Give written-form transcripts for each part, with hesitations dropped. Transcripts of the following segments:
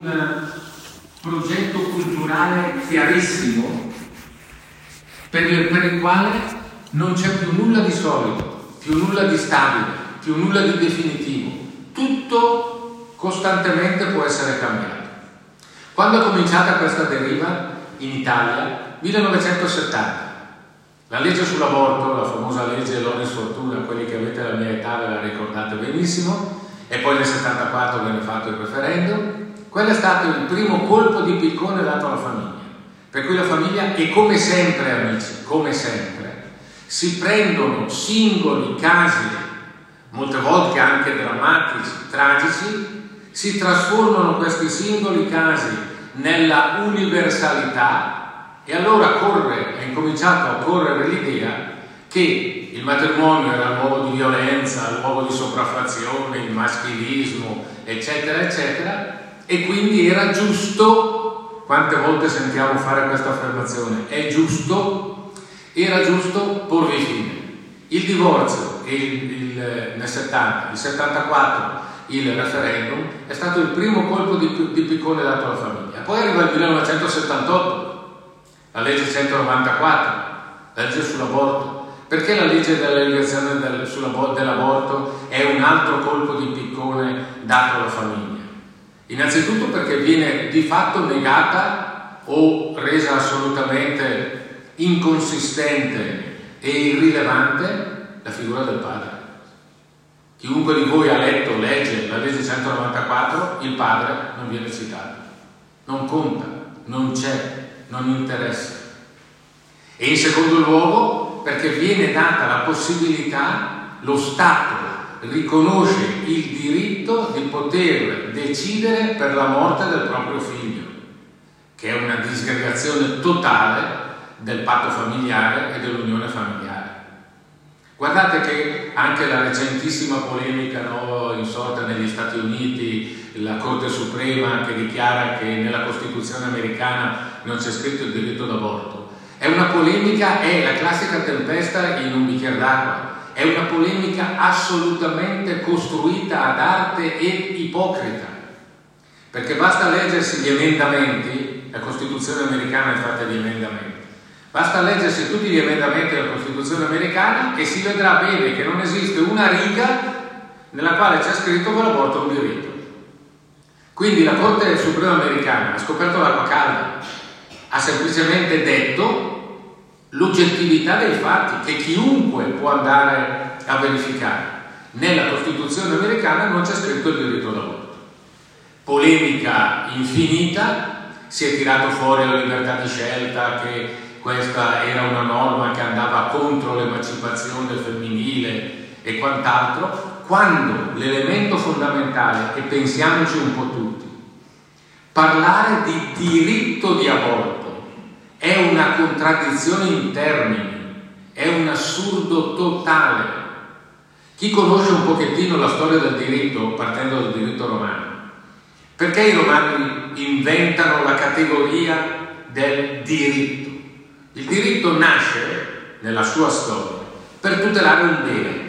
un progetto culturale chiarissimo per il quale non c'è più nulla di solido, più nulla di stabile, più nulla di definitivo. Tutto costantemente può essere cambiato. Quando è cominciata questa deriva in Italia? 1970. La legge sull'aborto, la famosa legge Lorenz Fortuna, quelli che avete la mia età ve la ricordate benissimo, e poi nel 74 venne fatto il referendum. Quello è stato il primo colpo di piccone dato alla famiglia, per cui la famiglia, e come sempre amici, come sempre, si prendono singoli casi, molte volte anche drammatici, tragici, si trasformano questi singoli casi nella universalità, e allora è incominciato a correre l'idea che il matrimonio era luogo di violenza, luogo di sopraffazione, il maschilismo, eccetera, eccetera, e quindi era giusto, quante volte sentiamo fare questa affermazione, è giusto, era giusto porvi fine. Il divorzio nel 70, il 74, il referendum, è stato il primo colpo di piccone dato alla famiglia. Poi arriva il 1978, la legge 194, la legge sull'aborto. Perché la legge della legalizzazione dell'aborto è un altro colpo di piccone dato alla famiglia? Innanzitutto perché viene di fatto negata o resa assolutamente inconsistente e irrilevante la figura del padre. Chiunque di voi ha letto, legge la legge 194, il padre non viene citato, non conta, non c'è, non interessa. E in secondo luogo perché viene data la possibilità, lo Stato riconosce il diritto di poter decidere per la morte del proprio figlio, che è una disgregazione totale del patto familiare e dell'unione familiare. Guardate che anche la recentissima polemica insorta negli Stati Uniti, la Corte Suprema che dichiara che nella Costituzione americana non c'è scritto il diritto d'aborto, è una polemica, è la classica tempesta in un bicchiere d'acqua. È una polemica assolutamente costruita ad arte e ipocrita, perché basta leggersi gli emendamenti, la Costituzione americana è fatta di emendamenti, basta leggersi tutti gli emendamenti della Costituzione americana e si vedrà bene che non esiste una riga nella quale c'è scritto che l'aborto è un diritto. Quindi la Corte Suprema americana ha scoperto l'acqua calda, ha semplicemente detto l'oggettività dei fatti, che chiunque può andare a verificare. Nella Costituzione americana non c'è scritto il diritto d'aborto. Polemica infinita, si è tirato fuori la libertà di scelta, che questa era una norma che andava contro l'emancipazione femminile e quant'altro, quando l'elemento fondamentale, e pensiamoci un po' tutti, parlare di diritto di aborto è una contraddizione in termini, è un assurdo totale. Chi conosce un pochettino la storia del diritto, partendo dal diritto romano, perché i romani inventano la categoria del diritto? Il diritto nasce, nella sua storia, per tutelare un bene.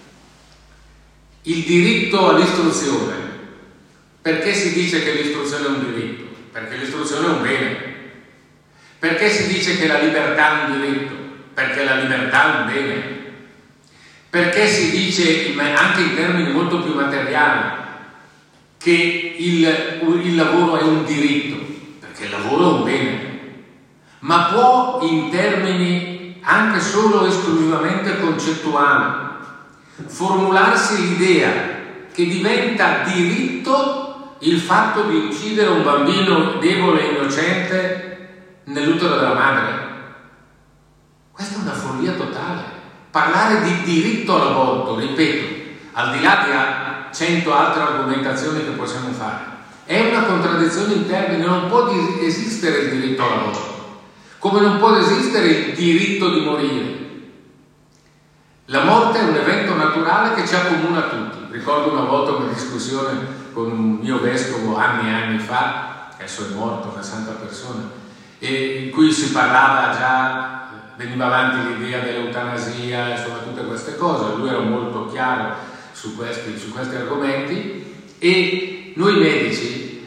Il diritto all'istruzione, perché si dice che l'istruzione è un diritto? Perché l'istruzione è un bene. Perché si dice che la libertà è un diritto? Perché la libertà è un bene. Perché si dice, anche in termini molto più materiali, che il lavoro è un diritto? Perché il lavoro è un bene. Ma può, in termini anche solo esclusivamente concettuali, formularsi l'idea che diventa diritto il fatto di uccidere un bambino debole e innocente nell'utero della madre? Questa è una follia totale. Parlare di diritto all'aborto, ripeto, al di là di 100 altre argomentazioni che possiamo fare, è una contraddizione in termini. Non può esistere il diritto all'aborto, come non può esistere il diritto di morire. La morte è un evento naturale che ci accomuna tutti. Ricordo una volta una discussione con un mio vescovo anni e anni fa, adesso è morto, una santa persona, e in cui si parlava già, veniva avanti l'idea dell'eutanasia, insomma tutte queste cose. Lui era molto chiaro su questi argomenti, e noi medici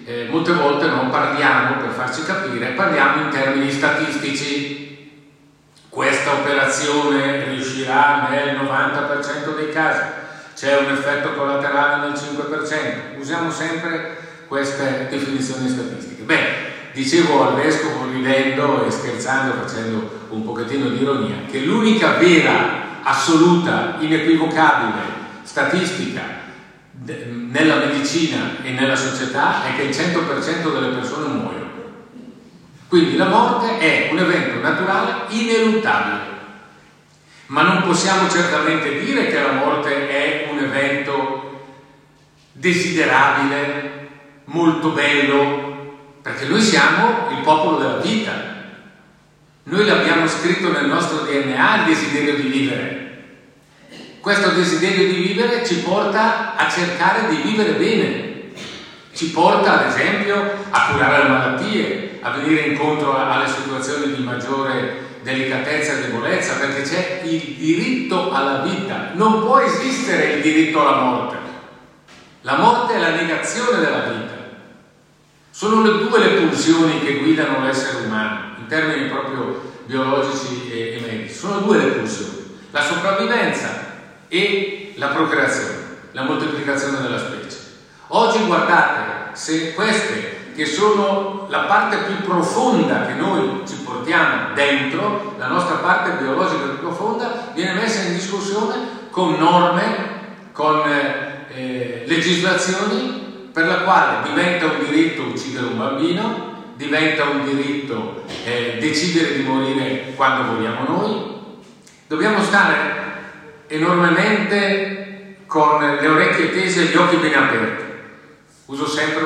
molte volte non parliamo, per farci capire, parliamo in termini statistici. Questa operazione riuscirà nel 90% dei casi, c'è un effetto collaterale nel 5%. Usiamo sempre queste definizioni statistiche. Beh, dicevo al vescovo, ridendo e scherzando, facendo un pochettino di ironia, che l'unica vera, assoluta, inequivocabile statistica nella medicina e nella società è che il 100% delle persone muoiono. Quindi la morte è un evento naturale ineluttabile, ma non possiamo certamente dire che la morte è un evento desiderabile, molto bello, perché noi siamo il popolo della vita. Noi l'abbiamo scritto nel nostro DNA, il desiderio di vivere. Questo desiderio di vivere ci porta a cercare di vivere bene, ci porta ad esempio a curare le malattie, a venire incontro alle situazioni di maggiore delicatezza e debolezza, perché c'è il diritto alla vita. Non può esistere il diritto alla morte. La morte è la negazione della vita. Sono le pulsioni che guidano l'essere umano, in termini proprio biologici e medici. Sono due le pulsioni: la sopravvivenza e la procreazione, la moltiplicazione della specie. Oggi guardate, se queste, che sono la parte più profonda che noi ci portiamo dentro, la nostra parte biologica più profonda, viene messa in discussione con norme, con legislazioni per la quale diventa un diritto uccidere un bambino, diventa un diritto decidere di morire quando vogliamo noi. Dobbiamo stare enormemente con le orecchie tese e gli occhi ben aperti. Uso sempre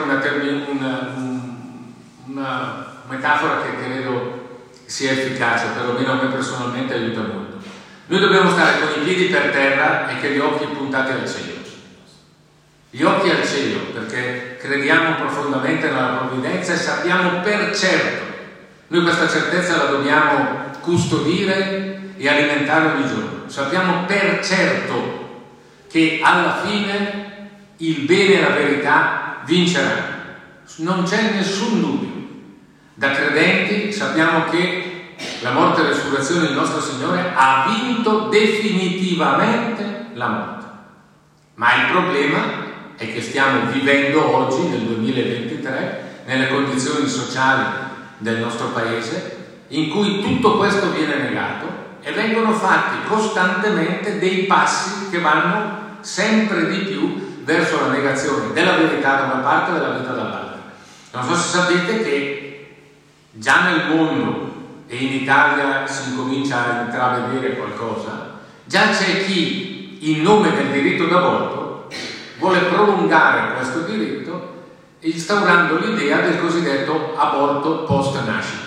una metafora che credo sia efficace, perlomeno a me personalmente aiuta molto. Noi dobbiamo stare con i piedi per terra e con gli occhi puntati al cielo. Gli occhi al cielo, perché crediamo profondamente nella provvidenza e sappiamo per certo, noi questa certezza la dobbiamo custodire e alimentare ogni giorno. Sappiamo per certo che alla fine il bene e la verità vinceranno. Non c'è nessun dubbio. Da credenti sappiamo che la morte e la resurrezione del nostro Signore ha vinto definitivamente la morte. Ma il problema è che stiamo vivendo oggi, nel 2023, nelle condizioni sociali del nostro paese, in cui tutto questo viene negato e vengono fatti costantemente dei passi che vanno sempre di più verso la negazione della verità da una parte e della vita dall'altra. Non so se sapete che già nel mondo e in Italia si incomincia a intravedere qualcosa, già c'è chi in nome del diritto d'aborto vuole prolungare questo diritto instaurando l'idea del cosiddetto aborto post-nascita.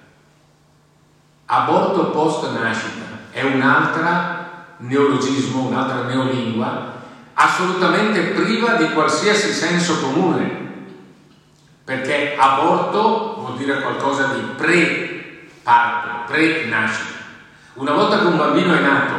Aborto post-nascita è un'altra neologismo, un'altra neolingua assolutamente priva di qualsiasi senso comune, perché aborto vuol dire qualcosa di pre-parto, pre-nascita. Una volta che un bambino è nato.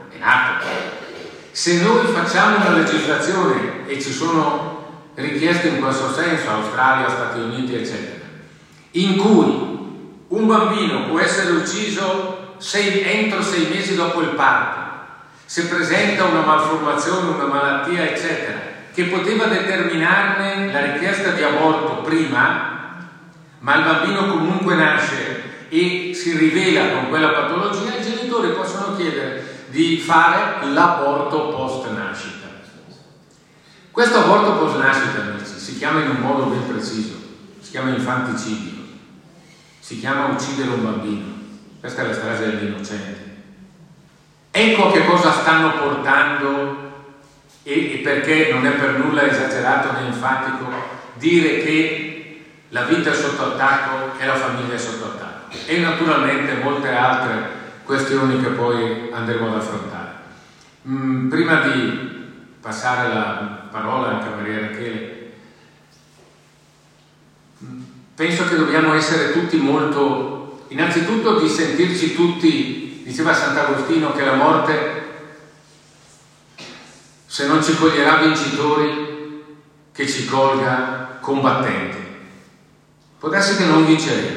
Se noi facciamo una legislazione, e ci sono richieste in questo senso, Australia, Stati Uniti, eccetera, in cui un bambino può essere ucciso entro 6 mesi dopo il parto, se presenta una malformazione, una malattia, eccetera, che poteva determinarne la richiesta di aborto prima, ma il bambino comunque nasce e si rivela con quella patologia, i genitori possono chiedere di fare l'aborto post-nascita. Questo aborto post-nascita, amici, si chiama in un modo ben preciso, si chiama infanticidio, si chiama uccidere un bambino. Questa è la strage dell'innocente. Ecco che cosa stanno portando, e perché non è per nulla esagerato né enfatico dire che la vita è sotto attacco e la famiglia è sotto attacco, e naturalmente molte altre questioni che poi andremo ad affrontare. Prima di passare la parola anche a Maria Rachele, penso che dobbiamo essere tutti molto, innanzitutto di sentirci tutti, diceva Sant'Agostino che la morte, se non ci coglierà vincitori, che ci colga combattenti. può darsi che non vinceremo,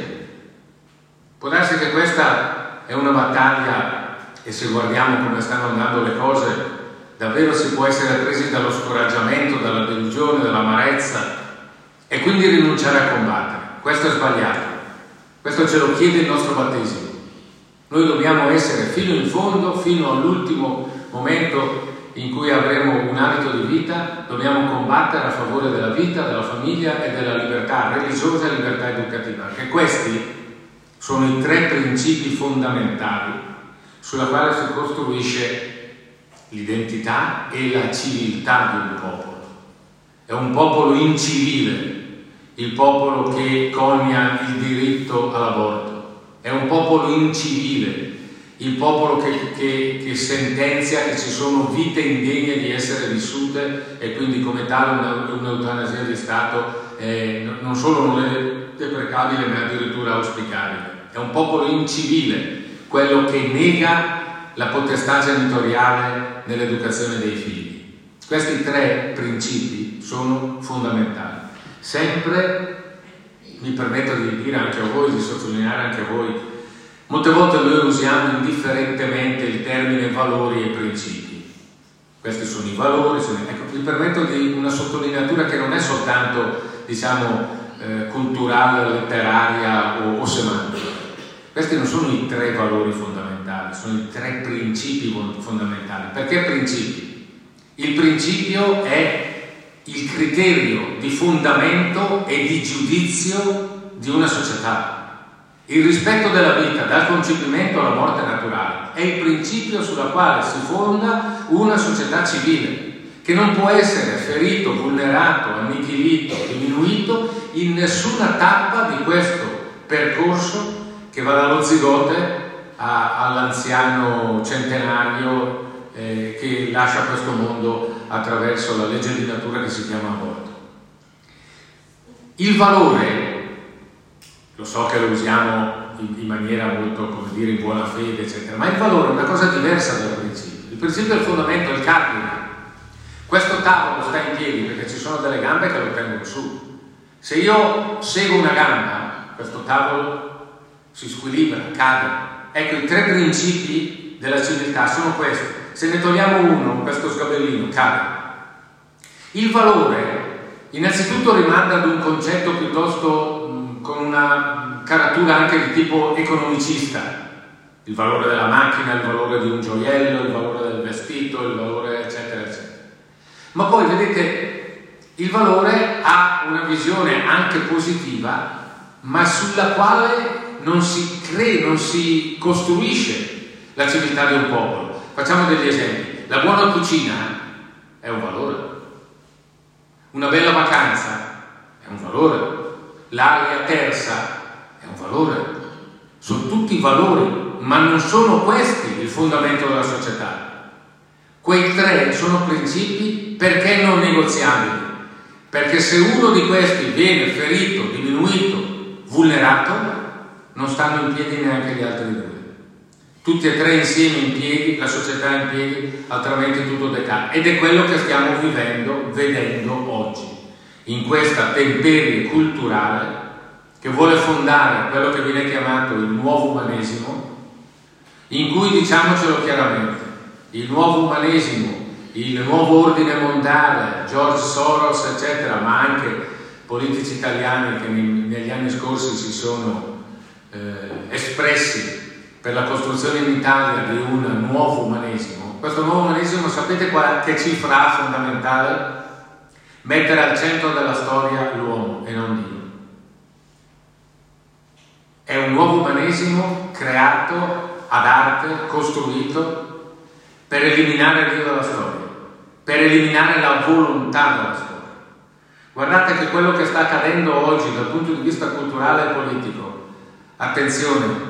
può darsi che questa è una battaglia, e se guardiamo come stanno andando le cose, davvero si può essere presi dallo scoraggiamento, dalla delusione, dall'amarezza e quindi rinunciare a combattere. Questo è sbagliato, questo ce lo chiede il nostro battesimo. Noi dobbiamo essere fino in fondo, fino all'ultimo momento in cui avremo un abito di vita, dobbiamo combattere a favore della vita, della famiglia e della libertà religiosa e libertà educativa, perché questi sono i 3 principi fondamentali sulla quale si costruisce l'identità e la civiltà di un popolo. È un popolo incivile, il popolo che conia il diritto all'aborto. È un popolo incivile, il popolo che sentenzia che ci sono vite indegne di essere vissute e quindi come tale un'eutanasia di Stato non solo non è deprecabile ma addirittura auspicabile. È un popolo incivile, quello che nega la potestà genitoriale nell'educazione dei figli. Questi 3 principi sono fondamentali. Sempre, mi permetto di dire anche a voi, di sottolineare anche a voi, molte volte noi usiamo indifferentemente il termine valori e principi. Questi sono i valori, ecco, mi permetto di una sottolineatura che non è soltanto, diciamo, culturale, letteraria o semantica. Questi non sono i 3 valori fondamentali, sono i 3 principi fondamentali. Perché principi? Il principio è il criterio di fondamento e di giudizio di una società. Il rispetto della vita, dal concepimento alla morte naturale, è il principio sulla quale si fonda una società civile, che non può essere ferito, vulnerato, annichilito, diminuito in nessuna tappa di questo percorso che va dallo zigote all'anziano centenario che lascia questo mondo attraverso la legge di natura che si chiama aborto. Il valore, lo so che lo usiamo in maniera molto, come dire, in buona fede, eccetera, ma il valore è una cosa diversa dal principio. Il principio è il fondamento, è il cardine. Questo tavolo sta in piedi perché ci sono delle gambe che lo tengono su. Se io seguo una gamba, questo tavolo si squilibra, cade. Ecco, i 3 principi della civiltà sono questi. Se ne togliamo uno, questo sgabellino cade. Il valore innanzitutto rimanda ad un concetto piuttosto con una caratura anche di tipo economicista. Il valore della macchina, il valore di un gioiello, il valore del vestito, il valore eccetera eccetera. Ma poi vedete, il valore ha una visione anche positiva, ma sulla quale non si costruisce la civiltà di un popolo. Facciamo degli esempi. La buona cucina è un valore, una bella vacanza è un valore, l'aria tersa è un valore. Sono tutti valori, ma non sono questi il fondamento della società. Quei 3 sono principi perché non negoziabili, perché se uno di questi viene ferito, diminuito, vulnerato, non stanno in piedi neanche gli altri 2. Tutti e 3 insieme in piedi, la società in piedi, altrimenti tutto decade. Ed è quello che stiamo vedendo oggi, in questa temperie culturale che vuole fondare quello che viene chiamato il nuovo umanesimo, in cui, diciamocelo chiaramente, il nuovo umanesimo, il nuovo ordine mondiale, George Soros, eccetera, ma anche politici italiani che negli anni scorsi si sono espressi per la costruzione in Italia di un nuovo umanesimo. Questo nuovo umanesimo, sapete che cifra ha fondamentale? Mettere al centro della storia l'uomo e non Dio. È un nuovo umanesimo creato ad arte, costruito per eliminare Dio dalla storia, per eliminare la volontà della storia. Guardate che quello che sta accadendo oggi dal punto di vista culturale e politico, attenzione,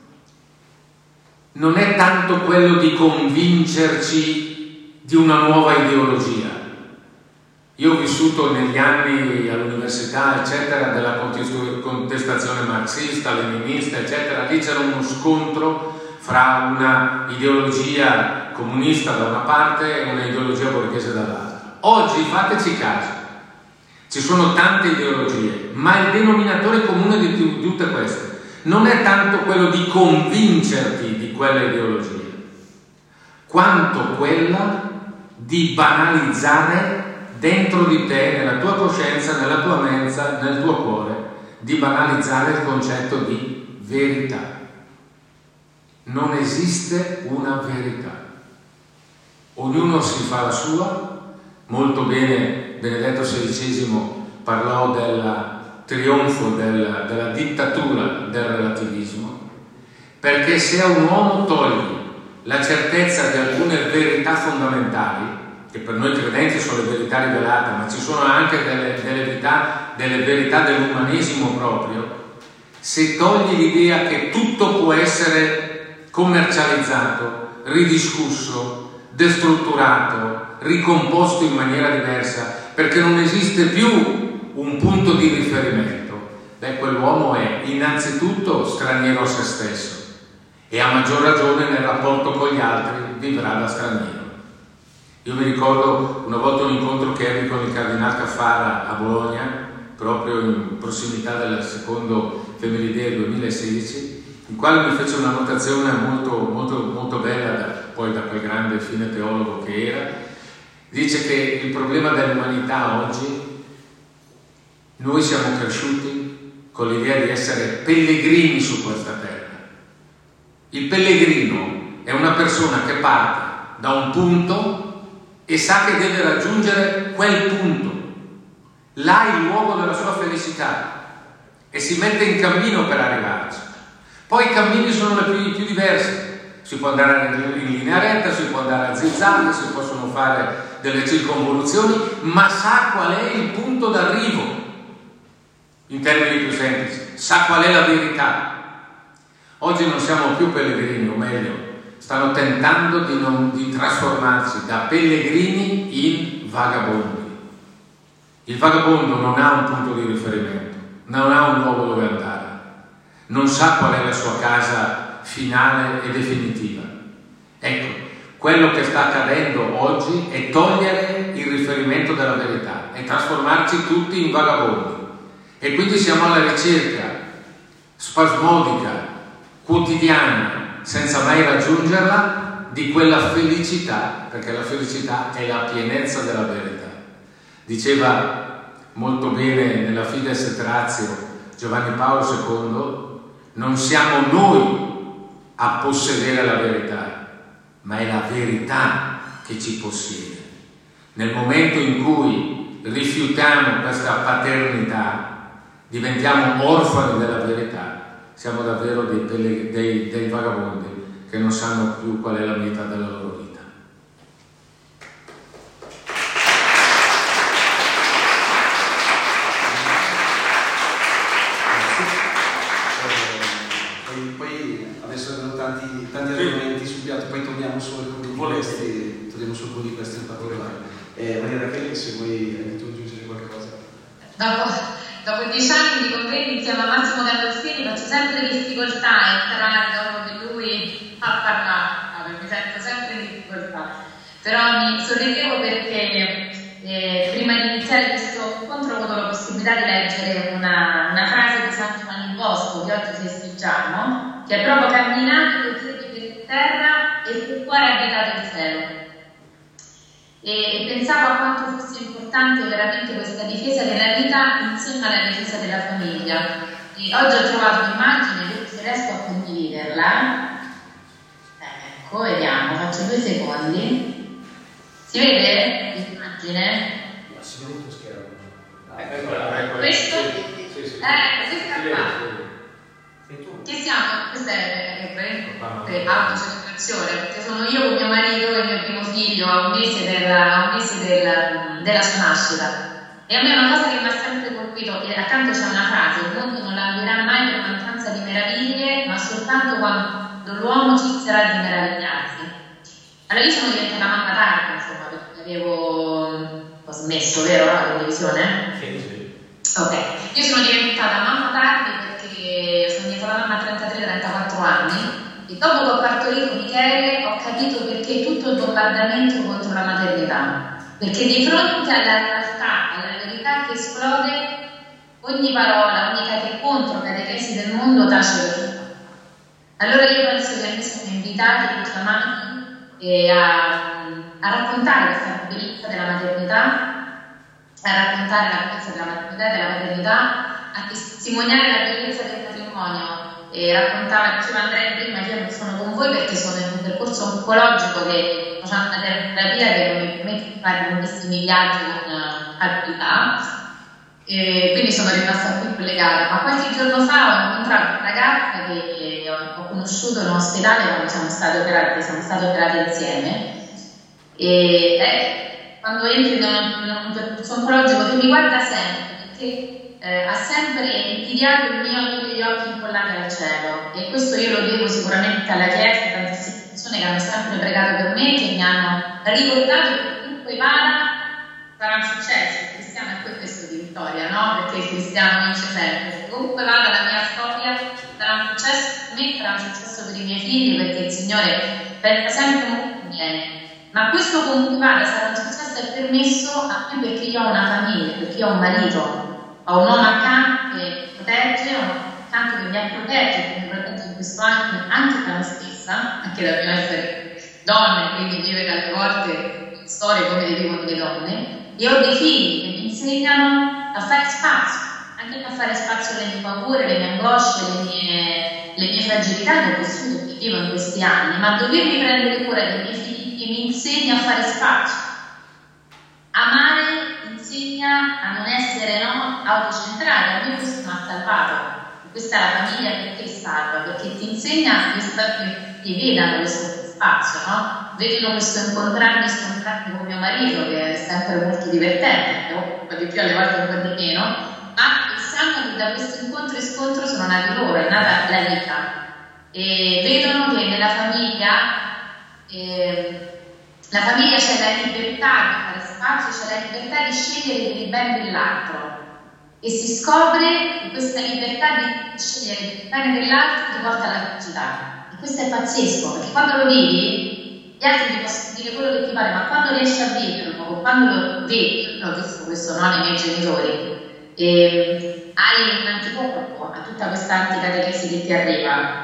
non è tanto quello di convincerci di una nuova ideologia. Io ho vissuto negli anni all'università, eccetera, della contestazione marxista, leninista, eccetera. Lì c'era uno scontro fra una ideologia comunista da una parte e una ideologia borghese dall'altra. Oggi, fateci caso, ci sono tante ideologie, ma il denominatore comune non è tanto quello di convincerti di quella ideologia, quanto quella di banalizzare dentro di te, nella tua coscienza, nella tua mensa, nel tuo cuore, di banalizzare il concetto di verità. Non esiste una verità. Ognuno si fa la sua. Molto bene Benedetto XVI parlò del trionfo della dittatura del relativismo, perché se a un uomo togli la certezza di alcune verità fondamentali, che per noi credenti sono le verità rivelate, ma ci sono anche delle verità dell'umanesimo proprio, se togli l'idea che tutto può essere commercializzato, ridiscusso, destrutturato, ricomposto in maniera diversa, perché non esiste più un punto di riferimento, quell'uomo è innanzitutto straniero a se stesso e a maggior ragione nel rapporto con gli altri vivrà da straniero. Io mi ricordo una volta un incontro che ebbi con il Cardinal Caffara a Bologna, proprio in prossimità del secondo Family Day 2016, in quale mi fece una notazione molto bella, poi da quel grande fine teologo che era. Dice che il problema dell'umanità oggi, noi siamo cresciuti con l'idea di essere pellegrini su questa terra. Il pellegrino è una persona che parte da un punto e sa che deve raggiungere quel punto. Là è il luogo della sua felicità e si mette in cammino per arrivarci. Poi i cammini sono i più diversi. Si può andare in linea retta, si può andare a zigzag, si possono fare delle circonvoluzioni, ma sa qual è il punto d'arrivo. In termini più semplici, sa qual è la verità. Oggi non siamo più pellegrini, o meglio, stanno tentando di trasformarsi da pellegrini in vagabondi. Il vagabondo non ha un punto di riferimento, non ha un luogo dove andare, non sa qual è la sua casa finale e definitiva. Ecco, quello che sta accadendo oggi è togliere il riferimento della verità e trasformarci tutti in vagabondi. E quindi siamo alla ricerca spasmodica, quotidiana, senza mai raggiungerla, di quella felicità, perché la felicità è la pienezza della verità. Diceva molto bene nella Fides et Ratio Giovanni Paolo II: non siamo noi a possedere la verità, ma è la verità che ci possiede. Nel momento in cui rifiutiamo questa paternità, diventiamo orfani della verità, siamo davvero dei vagabondi che non sanno più qual è la metà della loro vita. Poi adesso abbiamo tanti argomenti sul piatto, poi torniamo su alcuni di questi in particolare. Maria Rachele, se vuoi aggiungere qualche cosa. Dopo 10 anni di convegni insieme a Massimo Gandolfini faccio sempre difficoltà a entrare dopo che lui ha parlato, mi sento sempre in difficoltà, però mi sorridevo perché prima di iniziare questo incontro ho avuto la possibilità di leggere una frase di San Giovanni Bosco che oggi festeggiamo, che è proprio: camminate coi piedi per terra e il cuore ha abitato il cielo. E pensavo a quanto fosse importante veramente questa difesa della vita insieme alla difesa della famiglia. E oggi ho trovato un'immagine, se riesco a condividerla, ecco, vediamo, faccio 2 secondi. Si vede l'immagine? No, si vede il tuo schermo. Ecco. Questo? Questa qua. Che siamo? Questa è autocelebrazione, perché sono io con mio marito e il mio primo figlio a un mese della sua nascita. E a me è una cosa che mi ha sempre colpito, e accanto c'è una frase: il mondo non languirà mai per mancanza di meraviglie, ma soltanto quando l'uomo cesserà di meravigliarsi. Allora io sono diventata mamma tardi, insomma, perché ho smesso, vero, la televisione? Sì. Ok, io sono diventata mamma tardi perché sono diventata mamma a 33-34 anni e dopo che ho partorito Michele ho capito perché tutto il bombardamento contro la maternità, perché di fronte alla realtà, alla verità che esplode, ogni parola, ogni contro catechesi del mondo tace per Allora io penso che noi siamo invitati e chiamati a raccontare questa bellezza della maternità, a raccontare la bellezza della maternità e della maternità, a testimoniare la bellezza del matrimonio. Diceva Andrea prima, io non sono con voi perché sono in un percorso oncologico che faccio una terapia che non mi permette di fare lunghissimi viaggi con abilità, quindi sono rimasta qui collegata. Ma qualche giorno fa ho incontrato una ragazza che ho conosciuto in un ospedale quando siamo stati operati insieme, e quando entri in un percorso oncologico che mi guarda sempre, perché ha sempre invidiato il mio amico degli occhi incollati al cielo, e questo io lo devo sicuramente alla Chiesa, tantissime persone che hanno sempre pregato per me, che mi hanno ricordato che comunque vada sarà un successo. Il cristiano è questo di Vittoria, no? Perché il cristiano dice sempre: comunque vada la mia storia sarà un successo per me, sarà un successo per i miei figli, perché il Signore pensa sempre molto bene. Ma questo comunque vada sarà un successo è permesso a me perché io ho una famiglia, perché io ho un marito, ho un uomo accanto che protegge, ho un uomo accanto che mi ha protetto, che mi protegge in questo anche da me stessa, anche da mio essere donna, e quindi vive dalle volte storie come le vivono le donne, e ho dei figli che mi insegnano a fare spazio, anche a fare spazio alle mie paure, le mie angosce, le mie fragilità che ho vissuto, che vivo in questi anni, ma dovermi prendere cura dei miei figli che mi insegna a fare spazio. Amare insegna a non essere autocentrati. A me questo mi ha salvato. Questa è la famiglia perché salva, perché ti insegna che vedano questo spazio, no? Vedono questo incontrarmi e scontrarmi con mio marito, che è sempre molto divertente, un po' di più, alle volte un po' di meno, ma sanno che da questo incontro e scontro sono nati loro, è nata la vita, e vedono che nella famiglia c'è la libertà di fare spazio, c'è la libertà di scegliere per il bene dell'altro, e si scopre che questa libertà di scegliere per il bene dell'altro ti porta alla felicità. E questo è pazzesco, perché quando lo vivi, gli altri ti possono dire quello che ti pare, ma quando riesci a viverlo, o quando lo vedi, io ho visto questo nei miei genitori, hai un anticorpo a tutta questa anticatechesi che ti arriva.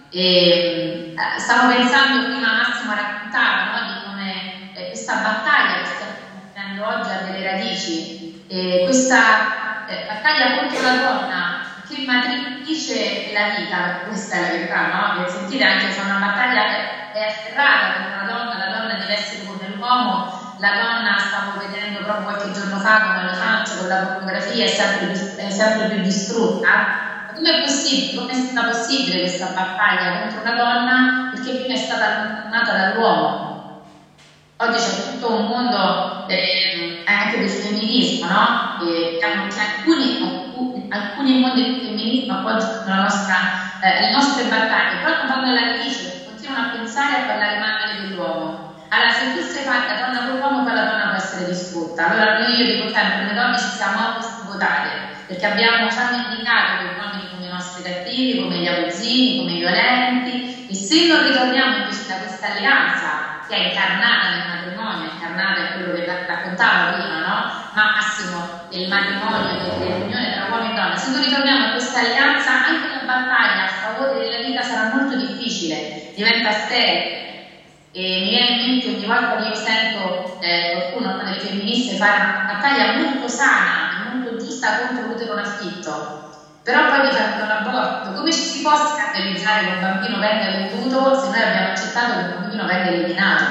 Stavo pensando prima, Massimo raccontava di come questa battaglia che stiamo facendo oggi ha delle radici, questa battaglia contro la donna che matrice la vita, questa è la verità, no? Per sentire anche se una battaglia è afferrata con una donna, la donna deve essere come l'uomo, la donna, stavo vedendo proprio qualche giorno fa come la Francia con la pornografia è sempre più distrutta. Come è possibile? Come è stata possibile questa battaglia contro una donna? Perché prima è stata allontanata dall'uomo. Oggi c'è tutto un mondo anche del femminismo, no? Che alcuni mondi del femminismo appoggiano le nostre battaglie, però non vanno alla radice, continuano a pensare a parlare male dell'uomo. Allora, se tu sei fatta donna con l'uomo, poi la donna può essere distrutta. Allora io dico sempre, le donne ci siamo autosavotate, perché ci hanno indicato che gli uomini come i nostri cattivi, come gli abusivi, come i violenti, e se non ritorniamo invece da questa alleanza che è incarnata nel matrimonio, incarnata in quello che raccontavo prima, no? Massimo, del matrimonio, dell'unione tra uomo e donna, se non ritorniamo a questa alleanza, anche la battaglia a favore della vita sarà molto difficile, diventa sterile. E mi viene in mente ogni volta che io sento qualcuno, una delle femministe, fare una battaglia molto sana e molto giusta contro l'utero in affitto, però poi difendono l'aborto. Come ci si può scandalizzare che un bambino venga venduto se noi abbiamo accettato che un bambino venga eliminato?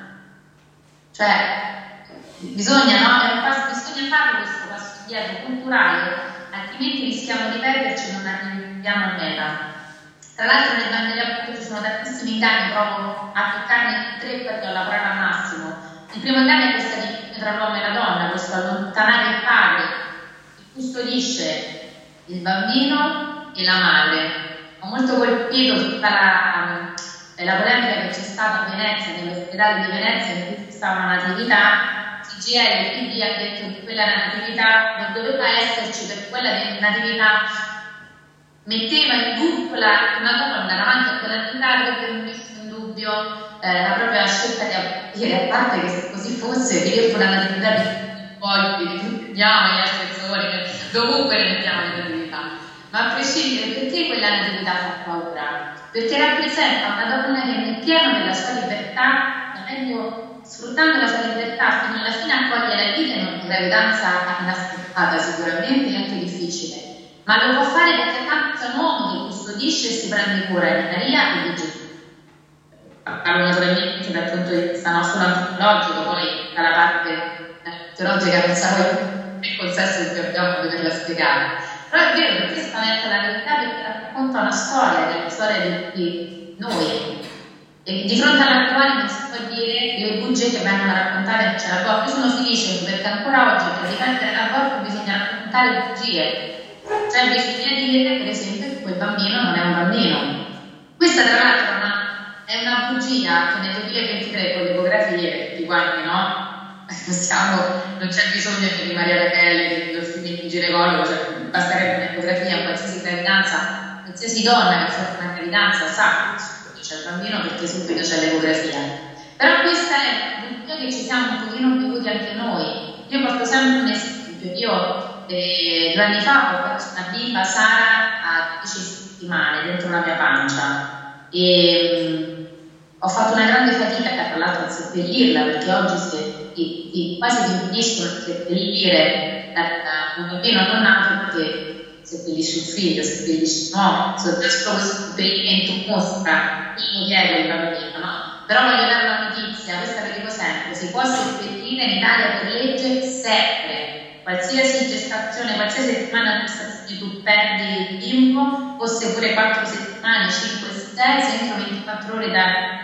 Cioè, bisogna farlo questo passo indietro culturale, altrimenti rischiamo di perderci e non arriviamo a meta. Tra l'altro nel Vangelo ci sono tantissimi inganni, provo a toccarne 3 perché ho lavorato al massimo. Il primo inganno è questa divisione tra l'uomo e la donna, questo allontanare il padre che custodisce il bambino e la madre. Ho molto colpito tutta la polemica che c'è stata a Venezia, nell'ospedale di Venezia, in cui stava una natività. CGIL e PD ha detto che quella natività non doveva esserci perché quella natività metteva in dubbio una donna davanti a quella natività, avrebbe messo in dubbio la propria scelta di abortire, a parte che se così fosse, perché una natività di tutti gli aspersori, dovunque le mettiamo le natività, ma a prescindere, perché quella natività fa paura? perché rappresenta una donna che nel pieno della sua libertà, sfruttando la sua libertà fino alla fine, accoglie la vita in una gravidanza inaspettata, sicuramente anche difficile, ma lo può fare perché tanto è un uomo che custodisce e si prende cura di Maria e di Gesù. Parlo naturalmente dal punto di vista non solo antropologico, poi dalla parte teologica pensavo il consesso che abbiamo di doverla spiegare. Però è vero che questa è la realtà, perché racconta una storia, che è la storia di noi. E di fronte alla quale non si può dire le bugie che vengono raccontate c'è l'aborto. Io sono felice perché ancora oggi per difendere l'aborto bisogna raccontare bugie. Cioè bisogna dire, per esempio, che quel bambino non è un bambino. Questa tra l'altro è una bugia che nel 2023 con le ecografie, tutti quanti, no? Non c'è bisogno di Maria Rachele, di ginecologo, cioè basterebbe un'ecografia, qualsiasi gravidanza, qualsiasi donna che fa una gravidanza sa che c'è il bambino perché subito c'è l'ecografia. Però questa è una bugia che ci siamo un pochino bevuti anche noi. Io porto sempre un esempio. Io 2 anni fa ho fatto una bimba, Sara, a 10 settimane dentro la mia pancia e ho fatto una grande fatica tra l'altro a seppellirla, perché oggi quasi ti impediscono di seppellire un bambino non nato perché seppellisci un figlio, seppellisci un uomo, soltanto questo seppellimento mostra chi è quel bambino, no? Però voglio dare una notizia, questa ve lo dico sempre, si può seppellire in Italia per legge sempre, qualsiasi gestazione, qualsiasi settimana di gestazione tu perdi il bimbo, fosse pure 4 settimane, 5, 6, se entro 24 ore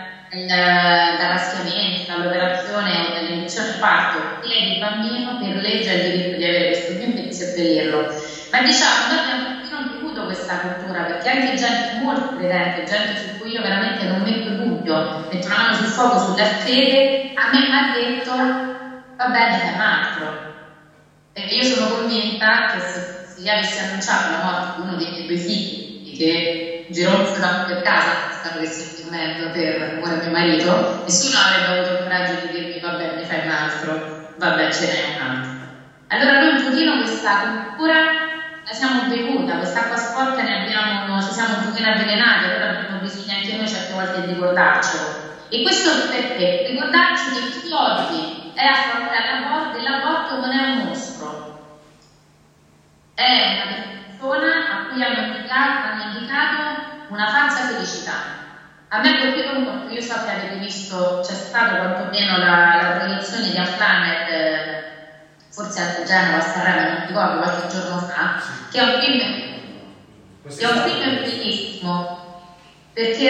dal raschiamento, dall'operazione o dall'induzione al parto, tieni il bambino, per legge ha il diritto di avere questo bimbo e di seppellirlo. Ma diciamo, noi abbiamo un pochino bevuto questa cultura, perché anche gente molto credente, gente su cui io veramente non metto dubbio, metto una mano sul fuoco sulla fede, a me mi ha detto va bene, fai un altro. E io sono convinta che se io avessi annunciato la morte di uno dei miei 2 figli, che gironzolano per casa, stanno che si dormendo per amore a mio marito, nessuno avrebbe avuto il coraggio di dirmi vabbè, ne fai un altro, vabbè, ce n'è un altro. Allora noi un pochino questa cultura la siamo bevuta, quest'acqua sporca ci siamo un pochino avvelenati, allora abbiamo bisogno anche noi certe volte di ricordarcelo. E questo perché? Ricordarci che chi oggi è a favore dell'aborto non è un mostro, è una persona a cui hanno indicato una falsa felicità. A me ha colpito molto, io so che avete visto, c'è stato quantomeno la proiezione di Unplanet, forse a Genova, a Sanremo, non ricordo, qualche giorno fa, che è un film bellissimo, perché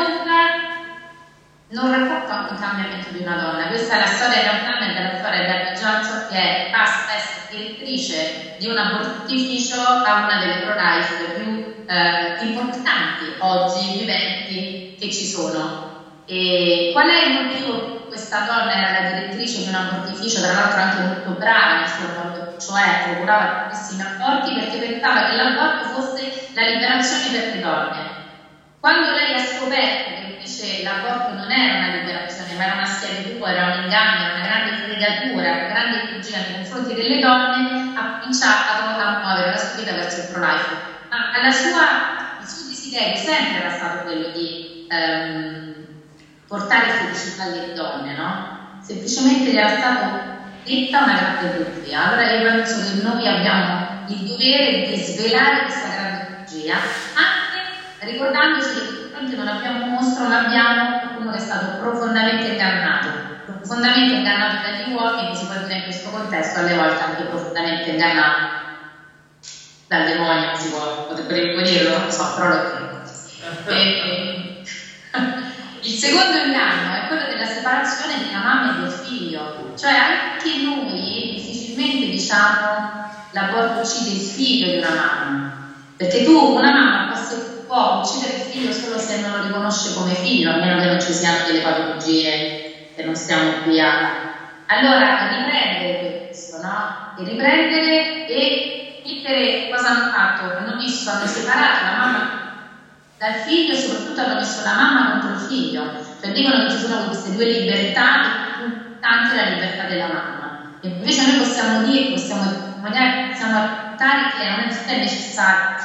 non racconta un cambiamento di una donna. Questa è la storia di Unplanet, è la storia di Abby Johnson, che passa a essere direttrice di un abortificio a una delle pro-life più importanti oggi viventi che ci sono. E qual è il motivo? Questa donna era la direttrice di un abortificio, tra l'altro anche molto brava nel suo lavoro, cioè procurava tantissimi aborti perché pensava che l'aborto fosse la liberazione per le donne. Quando lei ha scoperto che invece l'aborto non era una liberazione, ma era una schiavitù, era un inganno, era una grande fregatura, una grande bugia nei confronti delle donne, ha cominciato a muovere la sua vita verso il pro-life. Ma il suo desiderio sempre era stato quello di portare felicità alle donne, no? Semplicemente gli era stato detta una grande bugia. Allora io penso che noi abbiamo il dovere di svelare questa grande bugia, anche ricordandoci che di fronte non abbiamo un mostro, ma abbiamo qualcuno che è stato profondamente ingannato dagli uomini, che si può dire in questo contesto, alle volte anche profondamente ingannato dal demonio, potrebbe dirlo, non so, però lo dico. Il secondo inganno è quello della separazione della mamma e del figlio, cioè anche noi difficilmente diciamo l'aborto uccide il figlio di una mamma, perché una mamma può uccidere il figlio solo se non lo riconosce come figlio, a meno che non ci siano delle patologie che non stiamo qui a... Allora riprendere questo, no? E riprendere e mettere cosa hanno fatto? Hanno separato la mamma dal figlio e soprattutto hanno messo la mamma contro il figlio, cioè dicono che ci sono queste 2 libertà e tante la libertà della mamma, e invece noi possiamo raccontare che non è necessario solo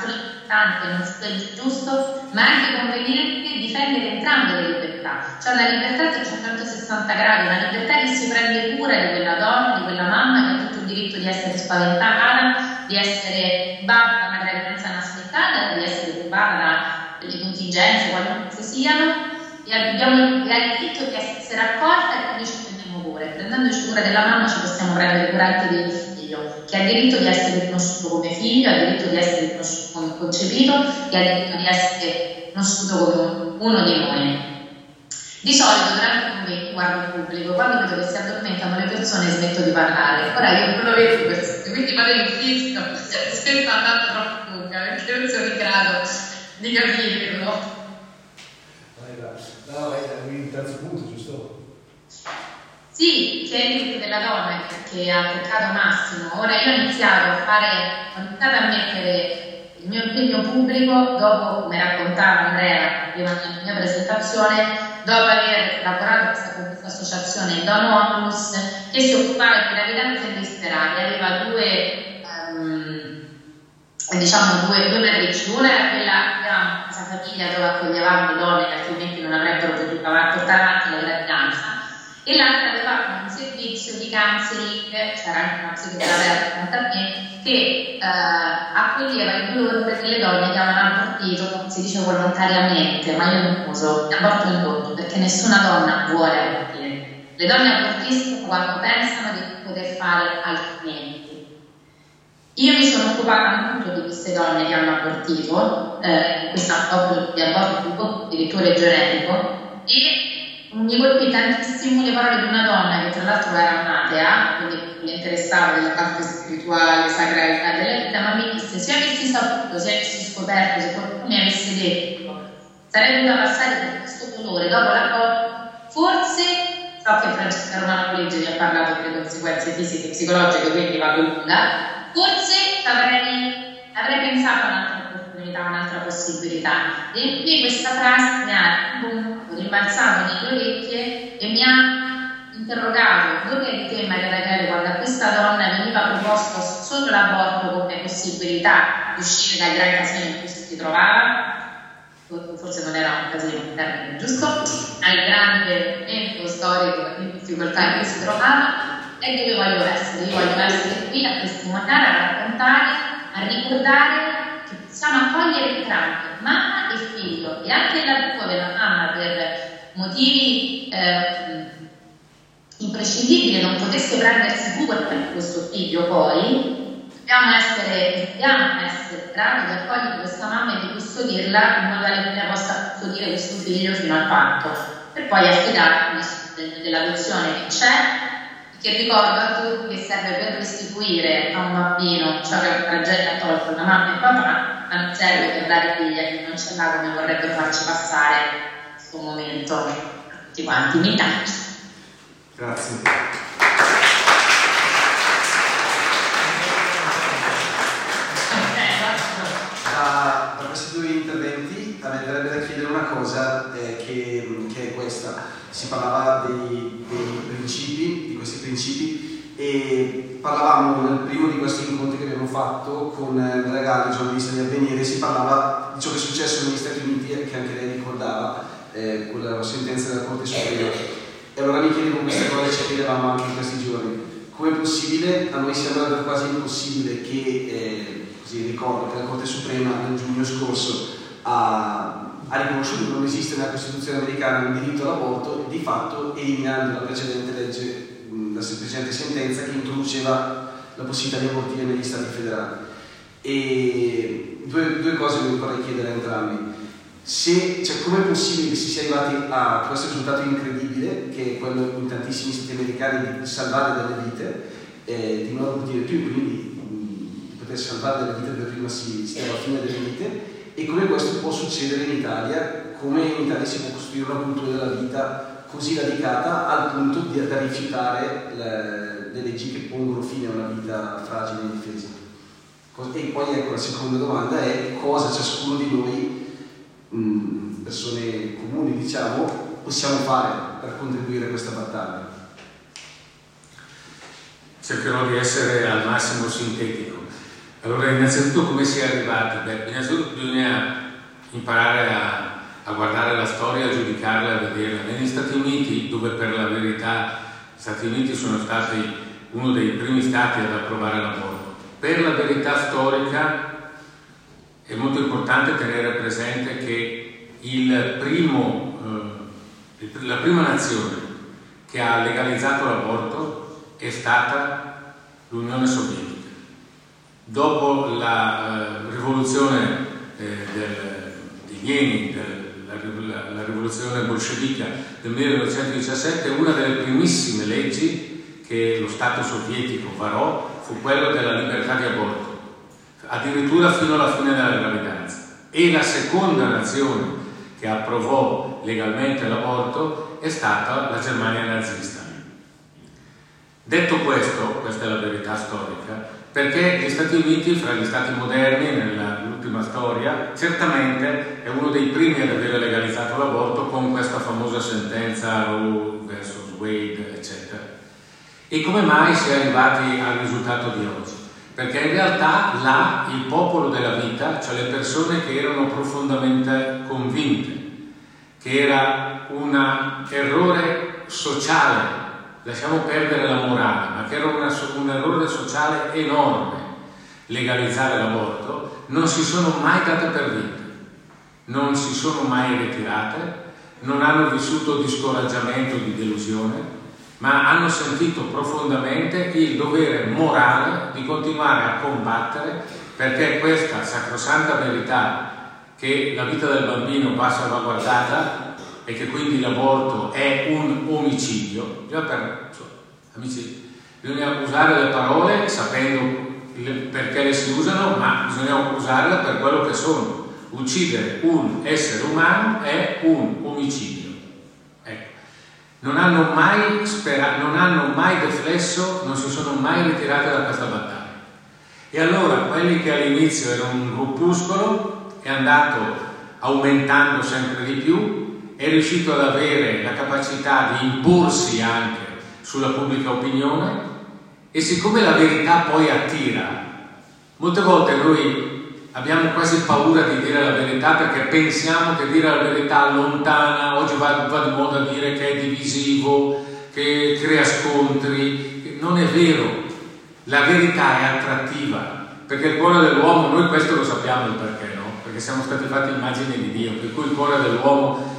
importante, non solo è giusto, ma anche conveniente difendere entrambe le libertà. Cioè la libertà a 360 gradi, una libertà che si prende cura di quella donna, di quella mamma che ha tutto il diritto di essere spaventata, di essere rubata da una gravidanza inaspettata, di essere rubata da delle contingenze, qualunque siano, e abbiamo il diritto di essere accolta e quindi ci prendiamo cura. Prendendoci cura della mamma ci possiamo prendere cura anche del figlio, che ha diritto di essere riconosciuto come figlio, ha diritto di essere riconosciuto come concepito e ha diritto di essere conosciuto come uno di noi. Di solito durante un guardo pubblico, quando vedo che si addormentano le persone smetto di parlare. Ora io non lo vedo questo, quindi magari insisto se sta andando troppo lunga, perché non sono in grado di capirlo. No, è il terzo punto, giusto? Sì, c'è il diritto della donna che ha peccato massimo. Ora io ho iniziato a mettere il mio impegno pubblico dopo, come raccontava Andrea prima della mia presentazione, dopo aver lavorato con questa associazione Dono Onlus che si occupava di gravidanze indesiderate, aveva due matrici. Una era quella famiglia dove accoglievamo le donne che altrimenti non avrebbero potuto portare avanti la gravidanza, e l'altra aveva un servizio di counseling, c'era anche una psicoterapeuta accanto a me, che accoglieva il dolore delle donne che avevano abortito, come si dice volontariamente, ma io non uso aborto indotto perché nessuna donna vuole abortire. Le donne abortiscono quando pensano di poter fare altrimenti. Io mi sono occupata molto di queste donne che hanno abortito, questo proprio di aborto addirittura genetico, e mi colpì tantissimo le parole di una donna che tra l'altro era un'atea, quindi mi interessava della parte spirituale, sacralità della vita, ma mi disse: se avessi saputo, se avessi scoperto, se qualcuno mi avesse detto, sarei dovuta passare per questo dolore dopo l'aborto, forse, so che Francesca Romano Legge vi ha parlato delle conseguenze fisiche e psicologiche, quindi vado lunga, forse avrei pensato a un'altra opportunità, un'altra possibilità. E qui questa frase mi ha rimbalzato nelle orecchie e mi ha interrogato: dove eri te, Maria Rachele, quando a questa donna veniva proposto solo l'aborto come possibilità di uscire dal gran casino in cui si trovava? Forse non era un casino, un termine giusto, al grande momento storico di difficoltà in cui si trovava. E dove voglio essere? Io voglio essere qui a testimoniare, a raccontare, a ricordare che possiamo accogliere entrambi, mamma e figlio, e anche l'aiuto della mamma per motivi imprescindibili non potesse prendersi cura per questo figlio. Poi dobbiamo essere grati di accogliere questa mamma e di custodirla in modo tale che lei possa custodire questo figlio fino al parto, per poi affidarmi dell'adozione che c'è, che ricordo a tutti che serve per restituire a un bambino ciò che la tragedia ha tolto da mamma e papà, ma non serve per dare figlia che non ce l'ha, come vorrebbero farci passare questo momento a tutti quanti. Mi taccio. Grazie. Da questi due interventi avrebbe da chiedere una cosa che è questa. Si parlava dei principi, di questi principi, e parlavamo nel primo di questi incontri che abbiamo fatto con Andrea Galli, giornalista di Avvenire. Si parlava di ciò che è successo negli Stati Uniti, che anche lei ricordava, con la sentenza della Corte Suprema. E allora mi chiedevo questa cosa, ci chiedevamo anche in questi giorni: com'è possibile? A noi sembra quasi impossibile che, così ricordo che la Corte Suprema nel giugno scorso ha riconosciuto che non esiste nella Costituzione americana un diritto all'aborto, di fatto eliminando la precedente legge, la precedente sentenza che introduceva la possibilità di abortire negli Stati federali. E due cose mi vorrei chiedere a entrambi: com'è possibile che si sia arrivati a questo risultato incredibile, che è quello in tantissimi stati americani di salvare delle vite, di non abortire più, quindi di poter salvare delle vite dove prima si stava alla fine delle vite, e come questo può succedere in Italia, come in Italia si può costruire una cultura della vita così radicata al punto da rifiutare le leggi che pongono fine a una vita fragile e indifesa. E poi ecco, la seconda domanda è: cosa ciascuno di noi, persone comuni diciamo, possiamo fare per contribuire a questa battaglia? Cercherò di essere al massimo sintetico. Allora, innanzitutto come si è arrivati? Beh, innanzitutto bisogna imparare a guardare la storia, a giudicarla, a vederla. Negli Stati Uniti, dove per la verità gli Stati Uniti sono stati uno dei primi stati ad approvare l'aborto, per la verità storica è molto importante tenere presente che la prima nazione che ha legalizzato l'aborto è stata l'Unione Sovietica. Dopo la rivoluzione di Lenin, la rivoluzione bolscevica del 1917, una delle primissime leggi che lo Stato sovietico varò fu quella della libertà di aborto, addirittura fino alla fine della gravidanza. E la seconda nazione che approvò legalmente l'aborto è stata la Germania nazista. Detto questo, questa è la verità storica, perché gli Stati Uniti, fra gli stati moderni nell'ultima storia, certamente è uno dei primi ad avere legalizzato l'aborto con questa famosa sentenza Roe versus Wade, eccetera. E come mai si è arrivati al risultato di oggi? Perché in realtà là il popolo della vita, cioè le persone che erano profondamente convinte che era un errore sociale, lasciamo perdere la morale, ma che era un errore sociale enorme legalizzare l'aborto, non si sono mai date per vinte, non si sono mai ritirate, non hanno vissuto di scoraggiamento, di delusione, ma hanno sentito profondamente il dovere morale di continuare a combattere perché questa sacrosanta verità che la vita del bambino va salvaguardata e che quindi l'aborto è un omicidio, bisogna usare le parole sapendo perché le si usano, ma bisogna usarle per quello che sono. Uccidere un essere umano è un omicidio. Ecco. Non hanno mai deflesso, non si sono mai ritirati da questa battaglia. E allora quelli che all'inizio erano un gruppuscolo è andato aumentando sempre di più, è riuscito ad avere la capacità di imporsi anche sulla pubblica opinione e siccome la verità poi attira, molte volte noi abbiamo quasi paura di dire la verità perché pensiamo che dire la verità allontana, oggi va di moda dire che è divisivo, che crea scontri. Non è vero, la verità è attrattiva perché il cuore dell'uomo, noi questo lo sappiamo il perché, no? Perché siamo stati fatti immagine di Dio, per cui il cuore dell'uomo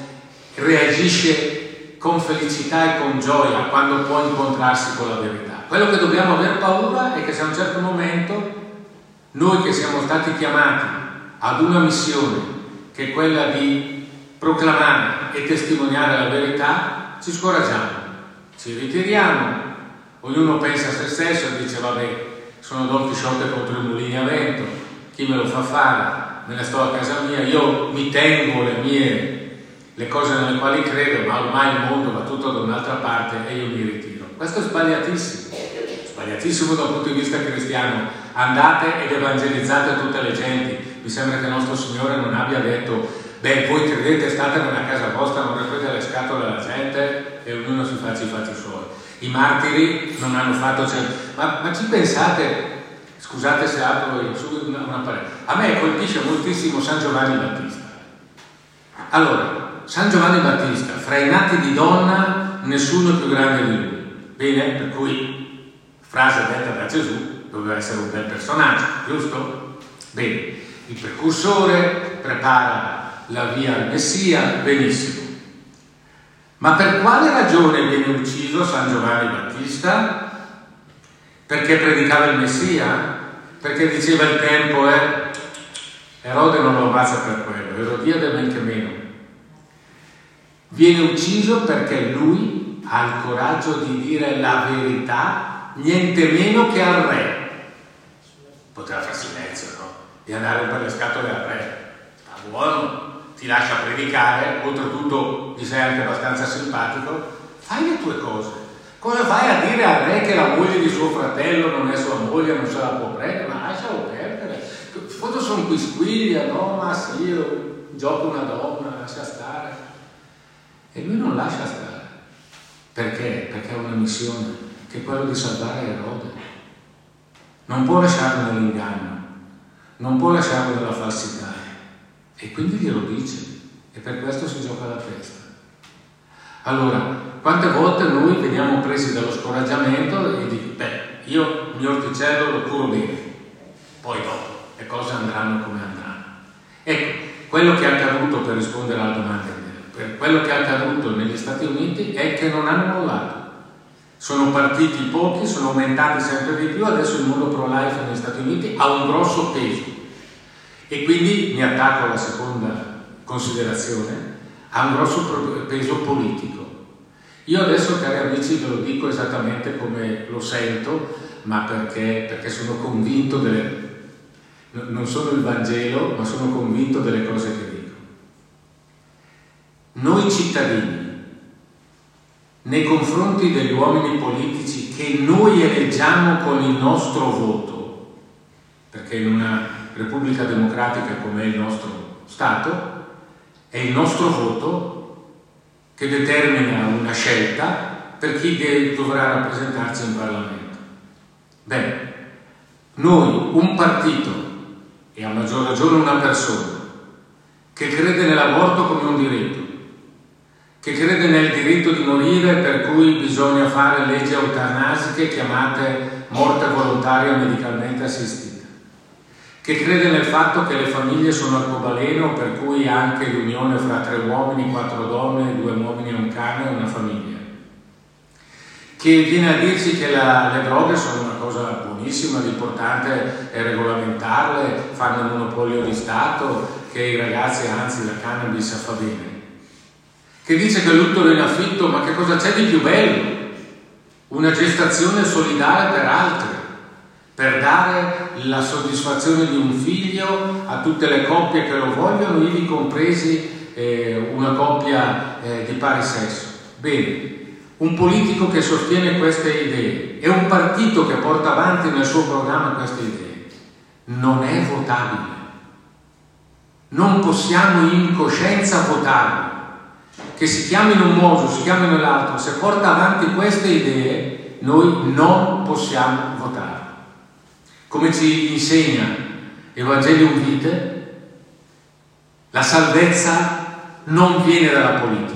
reagisce con felicità e con gioia quando può incontrarsi con la verità. Quello che dobbiamo aver paura è che se a un certo momento noi che siamo stati chiamati ad una missione che è quella di proclamare e testimoniare la verità, ci scoraggiamo, ci ritiriamo, ognuno pensa a se stesso e dice vabbè, sono Don Chisciotte contro i mulini a vento, chi me lo fa fare? Me ne sto a casa mia, io mi tengo le cose nelle quali credo, ma ormai il mondo va tutto da un'altra parte e io mi ritiro. Questo è sbagliatissimo dal punto di vista cristiano. Andate ed evangelizzate tutte le genti. Mi sembra che il nostro Signore non abbia detto beh, voi credete, state nella casa vostra, non rompete le scatole alla gente e ognuno si faccia i fatti suoi. I martiri non hanno fatto ma ci pensate? Scusate se apro subito una parete. A me colpisce moltissimo San Giovanni Battista. Allora, San Giovanni Battista, fra i nati di donna, nessuno è più grande di lui. Bene? Per cui, frase detta da Gesù, doveva essere un bel personaggio, giusto? Bene. Il precursore prepara la via al Messia, benissimo. Ma per quale ragione viene ucciso San Giovanni Battista? Perché predicava il Messia? Perché diceva il tempo Erode non lo ammazza per quello, Erodiade men che meno. Viene ucciso perché lui ha il coraggio di dire la verità niente meno che al re. Poteva far silenzio, no? Di andare per le scatole al re. Sta buono, ti lascia predicare, oltretutto gli sei anche abbastanza simpatico, fai le tue cose. Cosa fai a dire al re che la moglie di suo fratello non è sua moglie, non se la può prendere? Ma lascialo perdere. Quando sono quisquiglia, no, ma sì, io gioco una donna, lascia stare. E lui non lascia stare. Perché? Perché ha una missione, che è quella di salvare Erode. Non può lasciarlo nell'inganno. non può lasciarlo dalla falsità, e quindi glielo dice, e per questo si gioca la testa. Allora, quante volte noi veniamo presi dallo scoraggiamento e dico, io il mio orticello lo curo bene, poi dopo le cose andranno come andranno. Ecco, quello che è accaduto, per rispondere alla domanda, quello che è accaduto negli Stati Uniti è che non hanno mollato. Sono partiti pochi, sono aumentati sempre di più, adesso il mondo pro-life negli Stati Uniti ha un grosso peso. E quindi mi attacco alla seconda considerazione, ha un grosso peso politico. Io adesso, cari amici, ve lo dico esattamente come lo sento, ma perché sono convinto non sono il Vangelo, ma sono convinto delle cose che dico. Noi cittadini, nei confronti degli uomini politici che noi eleggiamo con il nostro voto, perché in una Repubblica democratica come è il nostro Stato, è il nostro voto che determina una scelta per chi dovrà rappresentarci in Parlamento. Bene, noi, un partito, e a maggior ragione una persona, che crede nell'aborto come un diritto, che crede nel diritto di morire, per cui bisogna fare leggi eutanasiche chiamate morte volontaria medicalmente assistita, che crede nel fatto che le famiglie sono arcobaleno, per cui anche l'unione fra 3 uomini, 4 donne, 2 uomini e un cane è una famiglia, che viene a dirci che le droghe sono una cosa buonissima, l'importante è regolamentarle, farne un monopolio di Stato, che i ragazzi, anzi la cannabis fa bene, che dice che l'utero in affitto, ma che cosa c'è di più bello? Una gestazione solidale per altri, per dare la soddisfazione di un figlio a tutte le coppie che lo vogliono, ivi compresi una coppia di pari sesso. Bene, un politico che sostiene queste idee e un partito che porta avanti nel suo programma queste idee non è votabile. Non possiamo in coscienza votarlo. Che si chiami in un modo, si chiami nell'altro, se porta avanti queste idee, noi non possiamo votare. Come ci insegna Evangelium Vitae, la salvezza non viene dalla politica.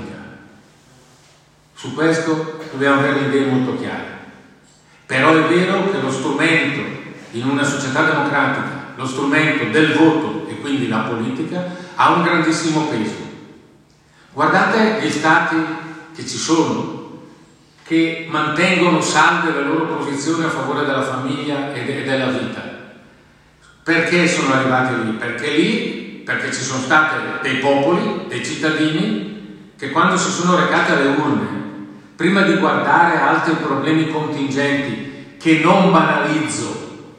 Su questo dobbiamo avere le idee molto chiare. Però è vero che lo strumento, in una società democratica, lo strumento del voto e quindi la politica, ha un grandissimo peso. Guardate gli stati che ci sono, che mantengono salde le loro posizioni a favore della famiglia e della vita. Perché sono arrivati lì? Perché ci sono stati dei popoli, dei cittadini, che quando si sono recati alle urne, prima di guardare altri problemi contingenti, che non banalizzo,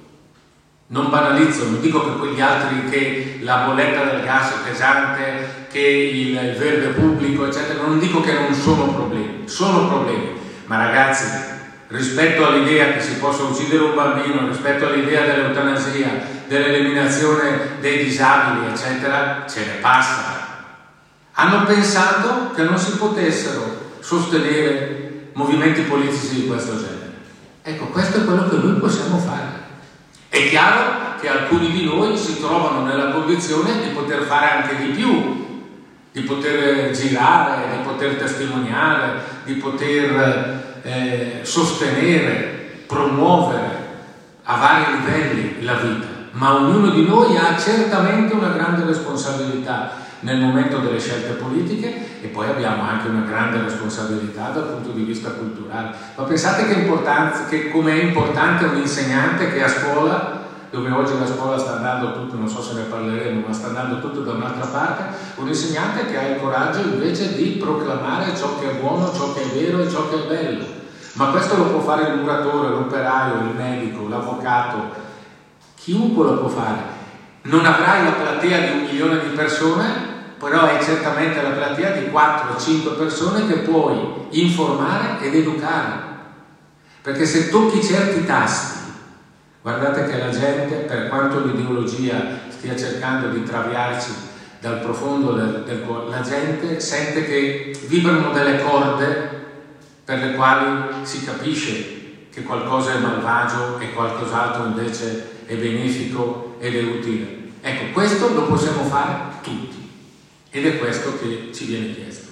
non dico che quegli altri, che la bolletta del gas è pesante, che il verde pubblico, eccetera, non dico che non sono problemi, ma ragazzi, rispetto all'idea che si possa uccidere un bambino, rispetto all'idea dell'eutanasia, dell'eliminazione dei disabili, eccetera, ce ne passa. Hanno pensato che non si potessero sostenere movimenti politici di questo genere. Ecco, questo è quello che noi possiamo fare. È chiaro che alcuni di noi si trovano nella condizione di poter fare anche di più, di poter girare, di poter testimoniare, di poter sostenere, promuovere a vari livelli la vita, ma ognuno di noi ha certamente una grande responsabilità nel momento delle scelte politiche, e poi abbiamo anche una grande responsabilità dal punto di vista culturale. Ma pensate che come è importante un insegnante che a scuola, dove oggi la scuola sta andando tutto, non so se ne parleremo, ma sta andando tutto da un'altra parte, un insegnante che ha il coraggio invece di proclamare ciò che è buono, ciò che è vero e ciò che è bello. Ma questo lo può fare il muratore, l'operaio, il medico, l'avvocato, chiunque lo può fare. Non avrai la platea di 1 milione di persone, però hai certamente la platea di 4 o 5 persone che puoi informare ed educare. Perché se tocchi certi tasti, guardate che la gente, per quanto l'ideologia stia cercando di traviarci dal profondo del cuore, la gente sente che vibrano delle corde per le quali si capisce che qualcosa è malvagio e qualcos'altro invece è benefico ed è utile. Ecco, questo lo possiamo fare tutti ed è questo che ci viene chiesto.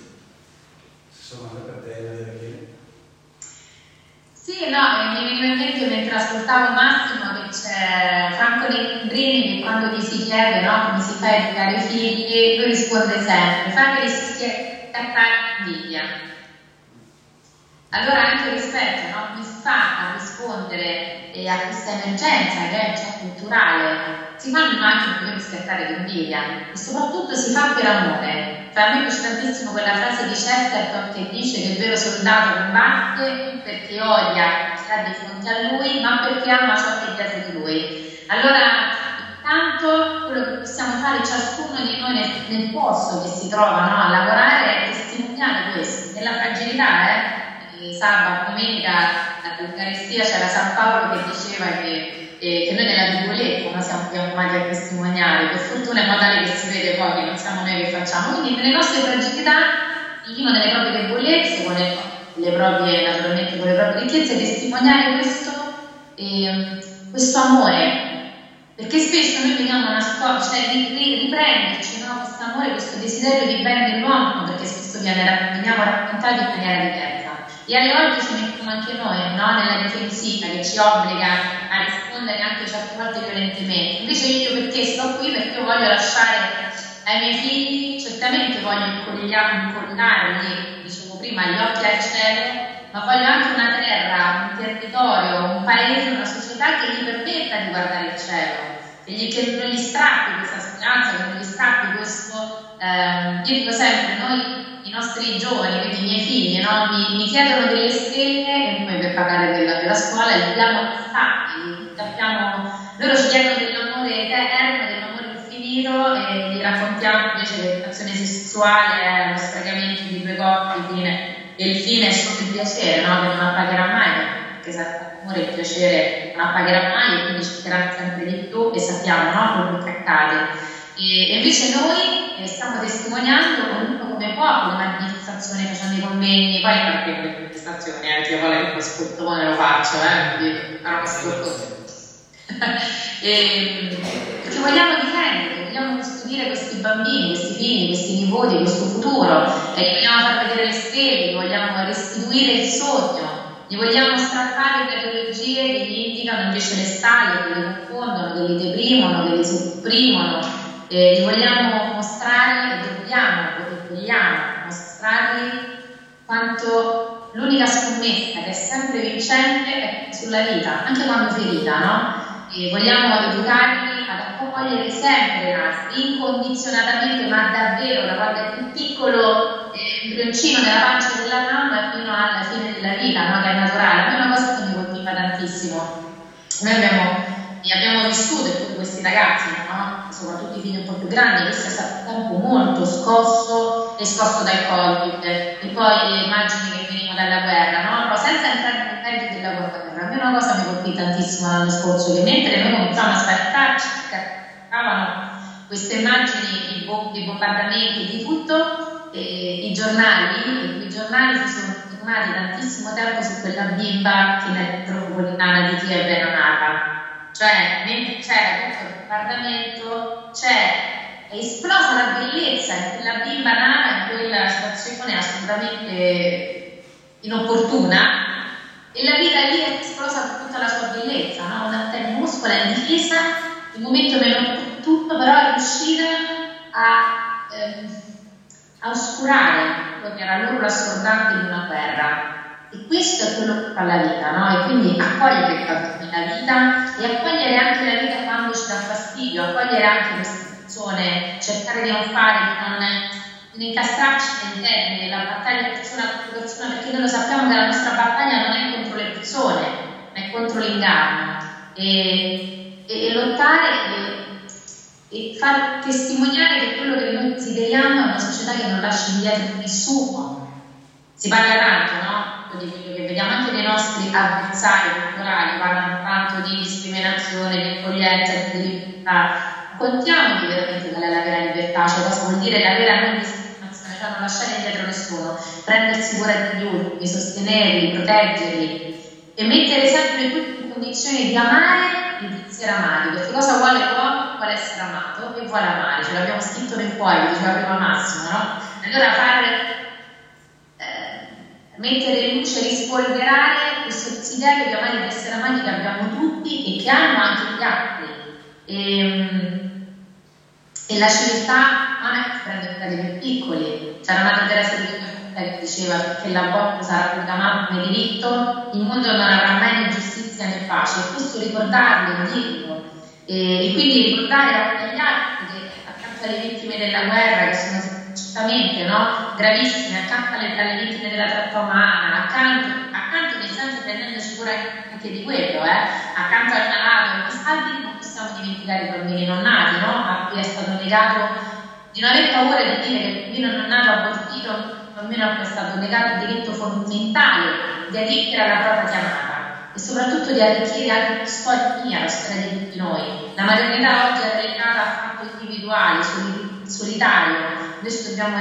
Sì, no, mi viene in mente mentre ascoltavo Massimo che c'è Franco Negrini che quando gli si chiede, no, come si fa a educare i figli, lui risponde sempre: fateli scattare invidia. Allora anche rispetto, no? Come si fa a rispondere a questa emergenza che è già culturale? Si fanno anche per scattare l'invidia e soprattutto si fa per amore. A me piace tantissimo quella frase di Chesterton che dice che il vero soldato combatte perché odia chi ha di fronte a lui, ma perché ama ciò che è dietro di lui. Allora, intanto quello che possiamo fare ciascuno di noi nel posto che si trova, no, a lavorare è testimoniare questo, nella fragilità, sabato, domenica, all'Eucaristia c'era San Paolo che diceva che noi nella debolezza siamo chiamati a testimoniare, per fortuna in modo tale che si vede poi che non siamo noi che facciamo, quindi nelle nostre fragilità, ognuno nelle proprie debolezze, con le proprie, naturalmente con le proprie ricchezze, testimoniare questo amore, perché spesso noi vediamo una storia, cioè riprenderci, no? Questo amore, questo desiderio di bene dell'uomo, perché spesso veniamo raccontati in maniera diversa. E alle volte ci mettiamo anche noi, no? Nella difensiva che ci obbliga a rispondere anche certe volte violentemente. Invece io perché sto qui? Perché io voglio lasciare ai miei figli, certamente voglio incollarli, dicevo prima, gli occhi al cielo, ma voglio anche una terra, un territorio, un paese, una società che gli permetta di guardare il cielo, che non gli strappi questa speranza, che non gli strappi questo. Io dico sempre, noi, i nostri giovani, quindi i miei figli, no? mi chiedono delle stelle e noi per pagare della scuola li diamo loro ci chiedono dell'amore eterno, dell'amore infinito e gli raccontiamo invece che l'educazione sessuale è uno sfregamento di due coppie e il fine è solo il piacere, no? Che non appagherà mai, perché l'amore e il piacere non appagherà mai e quindi cercheranno sempre di più e sappiamo, no? Quello che accade. E invece noi stiamo testimoniando ognuno come può con le manifestazioni, facendo i convegni, poi anche con le manifestazioni, io voglio che ascolto come lo faccio, quindi farò ascolto. Perché vogliamo difendere, vogliamo custodire questi bambini, questi figli, questi nipoti, questo futuro, e vogliamo far vedere le stelle, vogliamo restituire il sogno, gli vogliamo strappare le ideologie che gli indicano invece le stalle, che li confondono, che li deprimono, che li sopprimono. Li vogliamo mostrare e vogliamo mostrargli quanto l'unica scommessa che è sempre vincente è sulla vita, anche quando ferita, no? E vogliamo educarli ad accogliere sempre gli altri, incondizionatamente, ma davvero, da quando è più piccolo embrioncino nella pancia della mamma fino alla fine della vita, no? Che è naturale. A me è una cosa che mi colpiva tantissimo. Noi abbiamo vissuto tutti questi ragazzi, no? Soprattutto i figli un po' più grandi, questo è stato un tempo molto scosso dal Covid e poi le immagini che venivano dalla guerra, no? Però senza entrare nel merito della guerra, a me una cosa mi colpì tantissimo l'anno scorso, che mentre noi cominciamo a spaventarci, caricavano queste immagini di bombardamenti, di tutto, i giornali si sono tornati tantissimo tempo su quella bimba che nella metropolitana di Kiev era nata. Cioè, mentre c'era tutto il bombardamento, è esplosa la bellezza in quella bimba nata in quella situazione assolutamente inopportuna, e la vita lì è esplosa per tutta la sua bellezza, no? Una minuscola indifesa, il momento meno opportuno, però è riuscita a oscurare quello che era l'urlo assordante di una guerra. E questo è quello che fa la vita, no? E quindi accogliere il fatto della vita e accogliere anche la vita quando ci dà fastidio, accogliere anche queste persone, cercare di non incastrarci nel termine, la battaglia persona contro persona, perché noi lo sappiamo che la nostra battaglia non è contro le persone, ma è contro l'inganno. E lottare e far testimoniare che quello che noi desideriamo è una società che non lascia indietro nessuno. Si parla tanto, no? Di quello che vediamo anche dei nostri avversari culturali, parlano tanto di discriminazione, di accoglienza, di libertà. Contiamo veramente qual è la vera libertà, cioè cosa vuol dire la vera non discriminazione, cioè non lasciare indietro nessuno, prendersi cura degli ultimi, sostenerli, proteggerli e mettere sempre tutti in condizione di amare e di essere amati, perché cosa vuole l'uomo? vuole essere amato e vuole amare, ce l'abbiamo scritto nel cuore, diceva prima Massimo, no? Allora mettere in luce, rispolverare questo desiderio di amare e di essere amati che abbiamo tutti e che hanno anche gli altri. E la civiltà non è che prende cura dei più piccoli. C'era Madre Teresa di Calcutta che diceva che l'aborto sarà proclamato come diritto, il mondo non avrà mai né giustizia né pace, e questo ricordarlo, dirlo, e quindi ricordare anche agli altri che accanto alle vittime della guerra, che sono certamente, no, gravissime, accanto alle vittime della tratta umana, accanto che sempre prendendoci cura anche di quello, accanto al malato, non possiamo dimenticare i bambini non nati, no? A cui è stato negato di non aver paura di dire che il bambino non nato abortito, il bambino a cui è stato negato il diritto fondamentale di adempiere alla propria chiamata e soprattutto di arricchire anche la storia mia, la storia di tutti noi. La maternità oggi è relegata a fatto individuale, solitario. Invece dobbiamo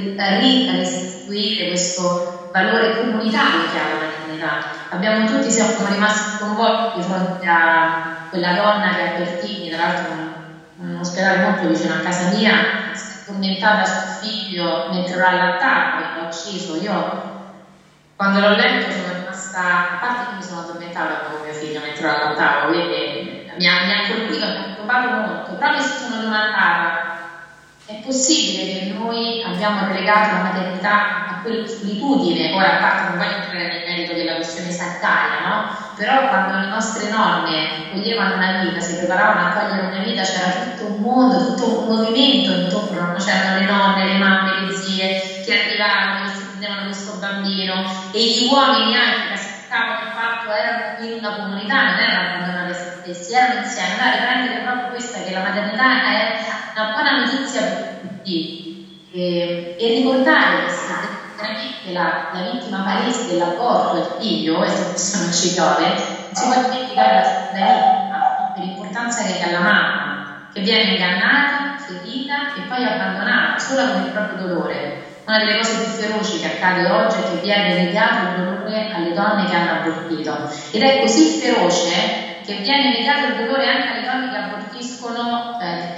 restituire questo valore comunitario che ha la maternità. Tutti siamo rimasti sconvolti di fronte a quella donna che a Pertigni, tra l'altro un ospedale molto vicino a casa mia, si è tormentata sul figlio mentre lo allattava, perché l'ha ucciso. Io quando l'ho letto sono rimasta, a parte che mi sono tormentata con mio figlio mentre lo allattavo, quindi mi ha colpito, mi ha turbato molto, però mi sono domandata: è possibile che noi abbiamo relegato la maternità a quella solitudine? Ora, a parte non voglio entrare nel merito della questione sanitaria, no? Però quando le nostre nonne coglievano una vita, si preparavano a cogliere una vita, c'era tutto un mondo, tutto un movimento intorno, no? C'erano le nonne, le mamme, le zie che arrivavano, che si prendevano questo bambino, e gli uomini anche che aspettavano il parto erano in una comunità, non erano abbandonati a se stessi, erano insieme. Allora riprendere proprio questa, che la maternità è una buona notizia per tutti, e ricordare che veramente la vittima palese dell'aborto, il figlio, e se questo non ci piove, non si può dimenticare la vittima per l'importanza che ha la mamma, che viene ingannata, ferita e poi abbandonata solo con il proprio dolore. Una delle cose più feroci che accade oggi è che viene negato il dolore alle donne che hanno abortito, ed è così feroce che viene negato il dolore anche alle donne che abortiscono di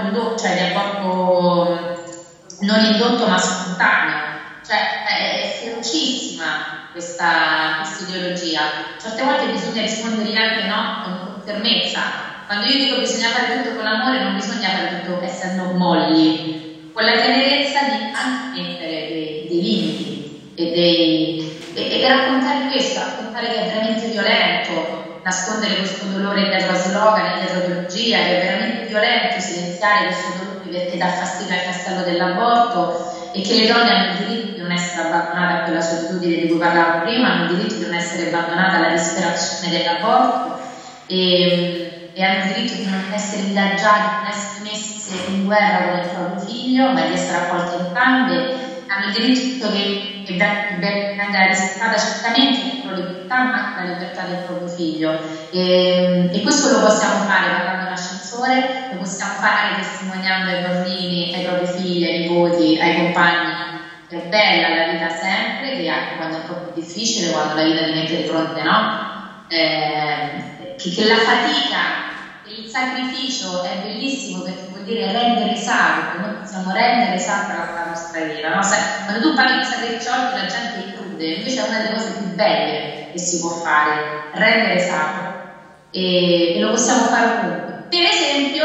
aborto non indotto ma spontaneo. Cioè è ferocissima questa ideologia. Certe volte bisogna rispondere anche no con fermezza. Quando io dico che bisogna fare tutto con l'amore, non bisogna fare tutto essendo molli, con la tenerezza di anche mettere dei limiti e raccontare questo, raccontare che è veramente violento nascondere questo dolore dietro a slogan e dietro ideologia, che è veramente violento silenziare questo dolore perché dà fastidio al castello dell'aborto, e che le donne hanno il diritto di non essere abbandonate a quella solitudine di cui parlavo prima, hanno il diritto di non essere abbandonate alla disperazione dell'aborto, e hanno il diritto di non essere ingaggiate, di non essere messe in guerra con il proprio figlio, ma di essere accolte entrambe. Hanno il diritto che venga rispettata certamente la loro libertà, ma anche la libertà del proprio figlio. E questo lo possiamo fare parlando in ascensore, lo possiamo fare testimoniando ai bambini, ai propri figli, ai nipoti, ai compagni che è bella la vita sempre, che anche quando è un po' più difficile, quando la vita ti mette di fronte, no? Che la fatica, il sacrificio è bellissimo, perché vuol dire rendere sacro, noi possiamo rendere sacra la nostra vita, no? Quando tu parli di sacrificio oggi la gente include, invece è una delle cose più belle che si può fare, rendere sacro, e lo possiamo fare ovunque. Per esempio,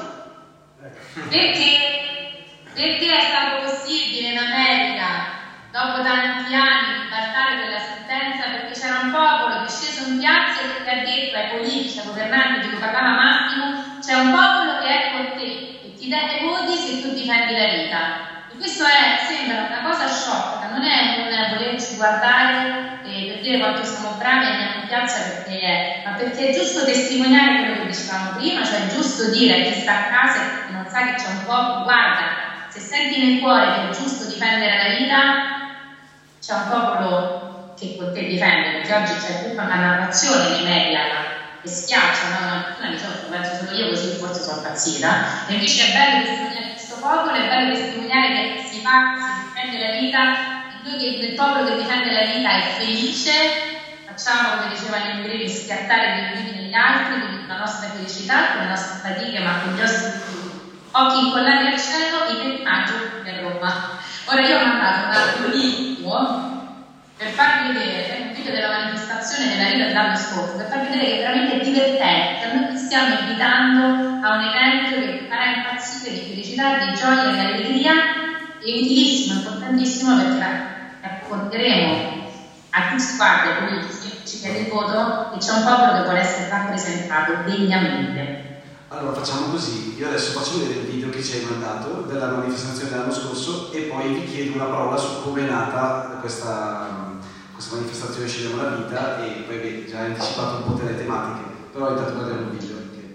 perché è stato possibile in America dopo tanti anni ribaltare quella sentenza? Perché c'era un popolo che è sceso in piazza e che ha detto ai politici, ai governanti di cui parlava Massimo: c'è un popolo che è con te e ti dà i voti se tu difendi la vita. E questo sembra una cosa sciocca, non è un volerci guardare per dire quanto siamo bravi e andiamo in piazza, ma perché è giusto testimoniare quello che dicevamo prima, cioè è giusto dire a chi sta a casa e che non sa che c'è un popolo: guarda, se senti nel cuore che è giusto difendere la vita, c'è un popolo che con te difende, perché oggi c'è tutta una narrazione nei media che schiaccia, no? Una persona dice: penso solo io, così forse sono impazzita. E invece è bello testimoniare questo popolo, è bello testimoniare che si difende la vita, e noi che il popolo che difende la vita è felice, facciamo, come dicevano in breve, schiattare dei brividi negli altri, con la nostra felicità, con le nostre fatiche, ma con gli occhi incollati al cielo, i personaggi a Roma. Ora io ho mandato un video per farvi vedere un video della manifestazione della Rita dell'anno scorso, per farvi vedere che è veramente divertente. Noi ti stiamo invitando a un evento che farà impazzire di felicità, di gioia, di allegria, è utilissimo, importantissimo, perché racconteremo a chi sguarda, quindi ci chiede il voto, che c'è un popolo che vuole essere rappresentato degnamente. Allora facciamo così, io adesso faccio vedere il video che ci hai mandato della manifestazione dell'anno scorso e poi vi chiedo una parola su come è nata questa manifestazione Scegliamo la Vita, e poi già hai anticipato un po' delle tematiche, però intanto guardiamo il video.